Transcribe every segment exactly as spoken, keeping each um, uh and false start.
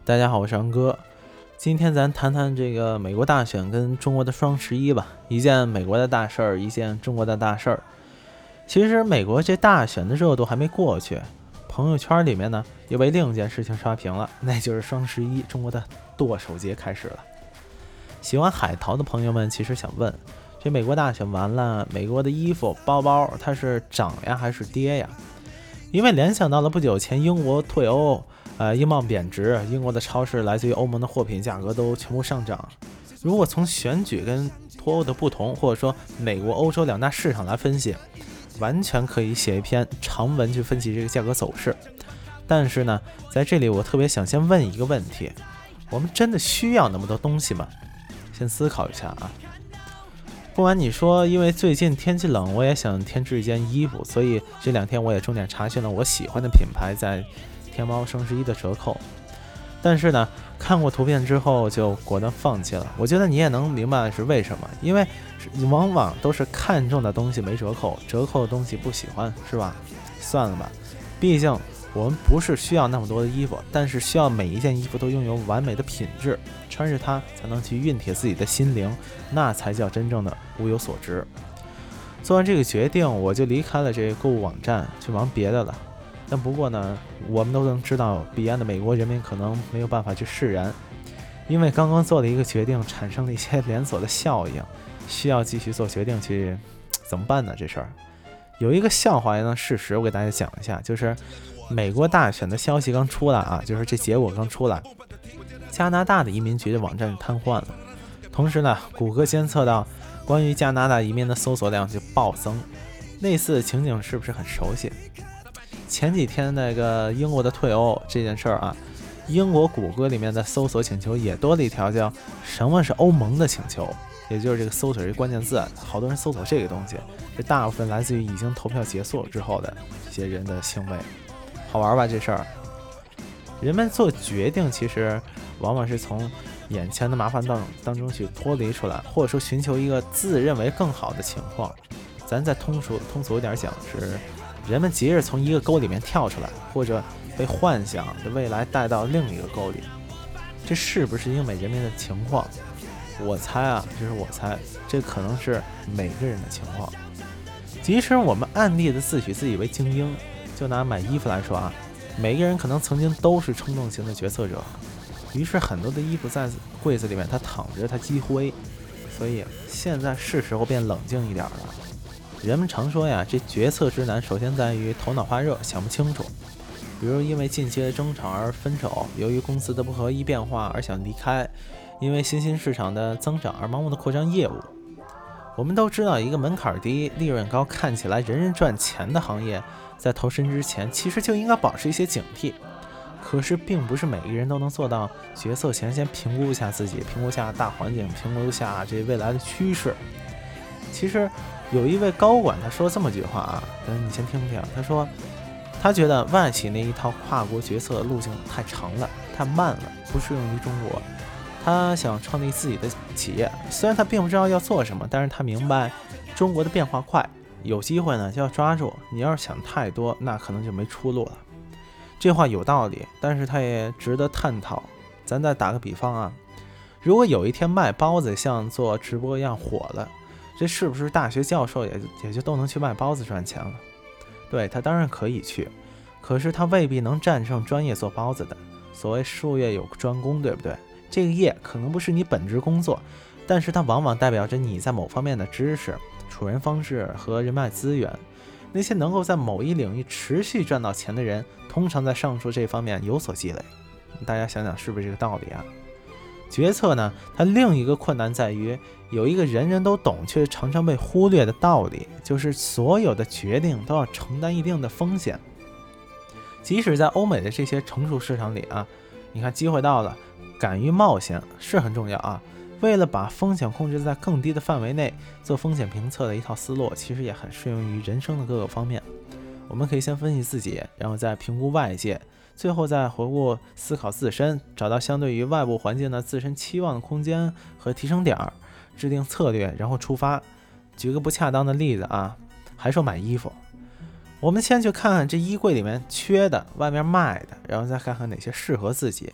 大家好，我是杨哥。今天咱谈谈这个美国大选跟中国的双十一吧，一件美国的大事儿，一件中国的大事儿。其实美国这大选的热度还没过去，朋友圈里面呢又被另一件事情刷屏了，那就是双十一，中国的剁手节开始了。喜欢海淘的朋友们其实想问，这美国大选完了，美国的衣服、包包它是涨呀还是跌呀？因为联想到了不久前英国退欧，呃，英镑贬值，英国的超市来自于欧盟的货品价格都全部上涨。如果从选举跟脱欧的不同，或者说美国、欧洲两大市场来分析，完全可以写一篇长文去分析这个价格走势。但是呢，在这里我特别想先问一个问题：我们真的需要那么多东西吗？先思考一下啊。不瞒你说，因为最近天气冷，我也想添置一件衣服，所以这两天我也重点查询了我喜欢的品牌在天猫双十一的折扣。但是呢，看过图片之后就果断放弃了。我觉得你也能明白是为什么，因为往往都是看中的东西没折扣，折扣的东西不喜欢，是吧？算了吧，毕竟我们不是需要那么多的衣服，但是需要每一件衣服都拥有完美的品质，穿着它才能去熨帖自己的心灵，那才叫真正的物有所值。做完这个决定，我就离开了这个购物网站，去忙别的了。但不过呢，我们都能知道，彼岸的美国人民可能没有办法去释然，因为刚刚做了一个决定，产生了一些连锁的效应，需要继续做决定去怎么办呢？这事儿有一个笑话呢，事实我给大家讲一下，就是美国大选的消息刚出来啊，就是这结果刚出来，加拿大的移民局的网站瘫痪了，同时呢，谷歌监测到关于加拿大移民的搜索量就暴增，类似的情景是不是很熟悉？前几天那个英国的退欧这件事儿啊，英国谷歌里面的搜索请求也多了一条叫什么是欧盟的请求，也就是这个搜索这关键字，好多人搜索这个东西，这大部分来自于已经投票结束之后的这些人的行为。好玩吧这事儿？人们做决定其实往往是从眼前的麻烦当当中去脱离出来，或者说寻求一个自认为更好的情况。咱再通俗通俗一点讲，是人们急着从一个沟里面跳出来，或者被幻想的未来带到另一个沟里。这是不是英美人民的情况？我猜啊，这是我猜，这可能是每个人的情况。即使我们暗地的自诩自己为精英，就拿买衣服来说啊，每个人可能曾经都是冲动型的决策者，于是很多的衣服在柜子里面它躺着它积灰，所以现在是时候变冷静一点了。人们常说呀，这决策之难首先在于头脑发热，想不清楚。比如因为近期的争吵而分手，由于公司的不合一变化而想离开，因为新兴市场的增长而盲目的扩张业务。我们都知道，一个门槛低、利润高、看起来人人赚钱的行业，在投身之前其实就应该保持一些警惕。可是并不是每个人都能做到决策前先评估一下自己，评估一下大环境，评估一下这未来的趋势。其实有一位高管他说这么句话啊，等你先听听。他说他觉得外企那一套跨国决策路径太长了，太慢了，不适用于中国。他想创立自己的企业，虽然他并不知道要做什么，但是他明白中国的变化快，有机会呢就要抓住，你要是想太多，那可能就没出路了。这话有道理，但是他也值得探讨。咱再打个比方啊，如果有一天卖包子像做直播一样火了，这是不是大学教授也也就都能去卖包子赚钱了？对，他当然可以去，可是他未必能战胜专业做包子的。所谓术业有专攻，对不对？这个业可能不是你本职工作，但是它往往代表着你在某方面的知识、处人方式和人脉资源。那些能够在某一领域持续赚到钱的人，通常在上述这方面有所积累。大家想想是不是这个道理啊？决策呢，它另一个困难在于有一个人人都懂却常常被忽略的道理，就是所有的决定都要承担一定的风险。即使在欧美的这些成熟市场里啊，你看机会到了，敢于冒险是很重要啊。为了把风险控制在更低的范围内，做风险评测的一套思路，其实也很适用于人生的各个方面。我们可以先分析自己，然后再评估外界，最后再回顾思考自身，找到相对于外部环境的自身期望的空间和提升点，制定策略，然后出发。举个不恰当的例子啊，还说买衣服，我们先去看看这衣柜里面缺的，外面卖的，然后再看看哪些适合自己，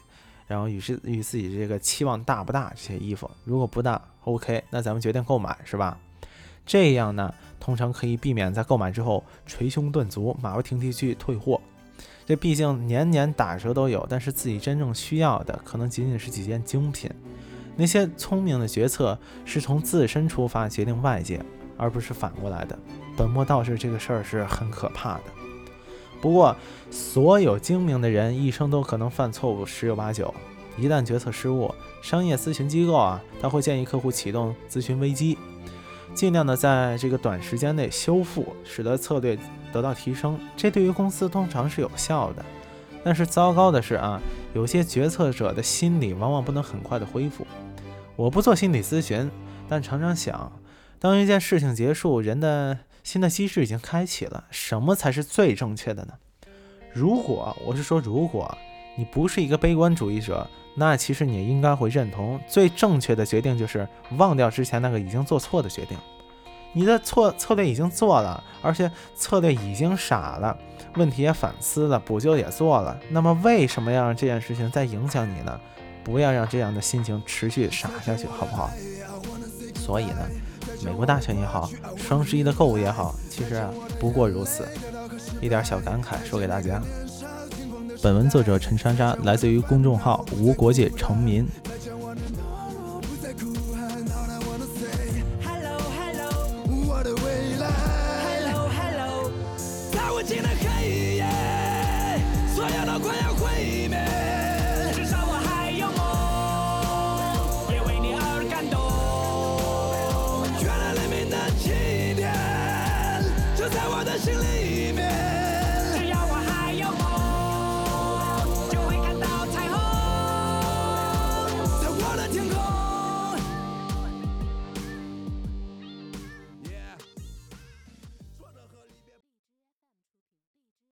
然后与是与自己这个期望大不大这些衣服，如果不大 OK， 那咱们决定购买是吧？这样呢通常可以避免在购买之后捶胸顿足马不停蹄去退货，这毕竟年年打折都有，但是自己真正需要的可能仅仅是几件精品。那些聪明的决策是从自身出发决定外界，而不是反过来的。本末倒置这个事儿是很可怕的。不过所有精明的人一生都可能犯错误，十有八九。一旦决策失误，商业咨询机构啊，他会建议客户启动咨询危机，尽量的在这个短时间内修复，使得策略得到提升，这对于公司通常是有效的。但是糟糕的是啊，有些决策者的心理往往不能很快的恢复。我不做心理咨询，但常常想，当一件事情结束，人的新的机制已经开启了，什么才是最正确的呢？如果我是说如果你不是一个悲观主义者，那其实你应该会认同，最正确的决定就是忘掉之前那个已经做错的决定。你的错策略已经做了，而且策略已经傻了，问题也反思了，补救也做了，那么为什么要让这件事情再影响你呢？不要让这样的心情持续傻下去，好不好？所以呢，美国大选也好，双十一的购物也好，其实啊不过如此，一点小感慨说给大家。本文作者陈莎莎，来自于公众号无国界成民。